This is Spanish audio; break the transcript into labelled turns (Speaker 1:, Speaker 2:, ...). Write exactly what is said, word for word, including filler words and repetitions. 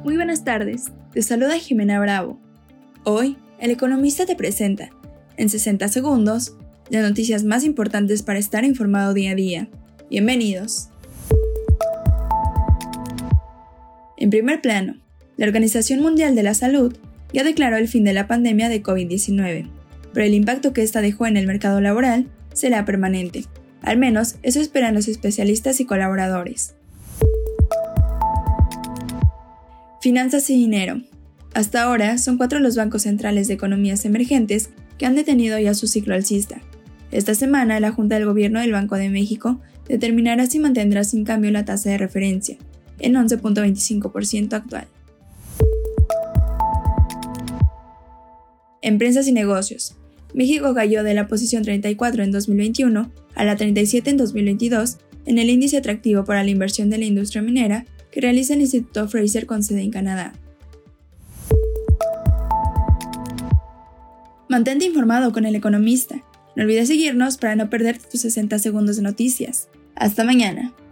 Speaker 1: Muy buenas tardes, te saluda Jimena Bravo. Hoy, El Economista te presenta, en sesenta segundos, las noticias más importantes para estar informado día a día. Bienvenidos. En primer plano, la Organización Mundial de la Salud ya declaró el fin de la pandemia de covid diecinueve, pero el impacto que esta dejó en el mercado laboral será permanente. Al menos eso esperan los especialistas y colaboradores. Finanzas y dinero. Hasta ahora son cuatro los bancos centrales de economías emergentes que han detenido ya su ciclo alcista. Esta semana, la Junta del Gobierno del Banco de México determinará si mantendrá sin cambio la tasa de referencia, en once punto veinticinco por ciento actual. Empresas y negocios. México cayó de la posición treinta y cuatro en dos mil veintiuno a la treinta y siete en dos mil veintidós en el índice atractivo para la inversión de la industria minera que realiza el Instituto Fraser con sede en Canadá. Mantente informado con El Economista. No olvides seguirnos para no perderte tus sesenta segundos de noticias. Hasta mañana.